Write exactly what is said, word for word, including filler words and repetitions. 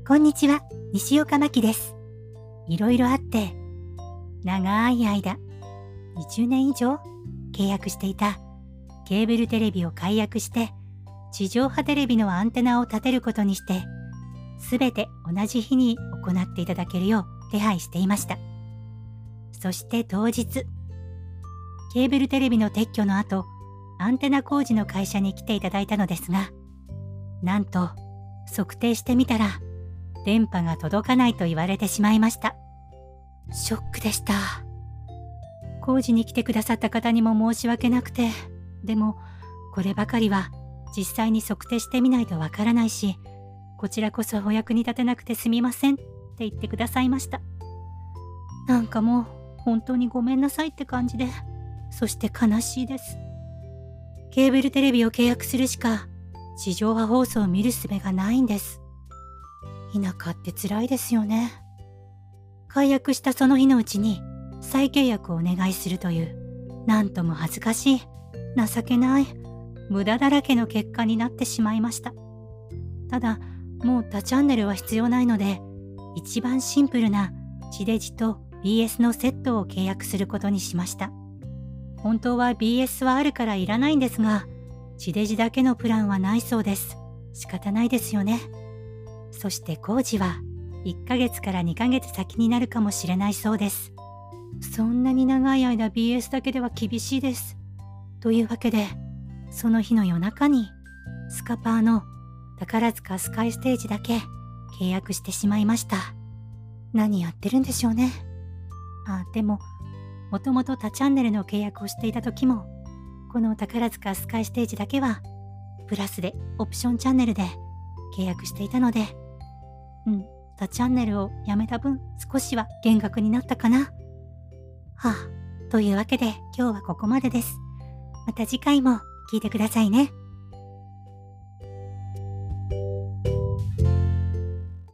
こんにちは、西岡真希です。いろいろあって、長い間、にじゅうねん以上契約していたケーブルテレビを解約して、地上波テレビのアンテナを立てることにして、すべて同じ日に行っていただけるよう手配していました。そして当日、ケーブルテレビの撤去の後、アンテナ工事の会社に来ていただいたのですが、なんと測定してみたら電波が届かないと言われてしまいました。ショックでした。工事に来てくださった方にも申し訳なくて、でもこればかりは実際に測定してみないとわからないし、こちらこそお役に立てなくてすみませんって言ってくださいました。なんかもう本当にごめんなさいって感じで、そして悲しいです。ケーブルテレビを契約するしか地上波放送を見る術がないんです。田舎って辛いですよね。解約したその日のうちに再契約をお願いするという、なんとも恥ずかしい、情けない、無駄だらけの結果になってしまいました。ただ、もう他チャンネルは必要ないので、一番シンプルな地デジと ビーエス のセットを契約することにしました。本当は ビーエス はあるからいらないんですが、地デジだけのプランはないそうです。仕方ないですよね。そして工事はいっかげつからにかげつ先になるかもしれないそうです。そんなに長い間 ビーエス だけでは厳しいです。というわけで、その日の夜中にスカパーの宝塚スカイステージだけ契約してしまいました。何やってるんでしょうね。あ、でも、もともと他チャンネルの契約をしていた時も、この宝塚スカイステージだけはプラスでオプションチャンネルで契約していたので、うん、他チャンネルをやめた分少しは減額になったかな。はあ、というわけで今日はここまでです。また次回も聞いてくださいね。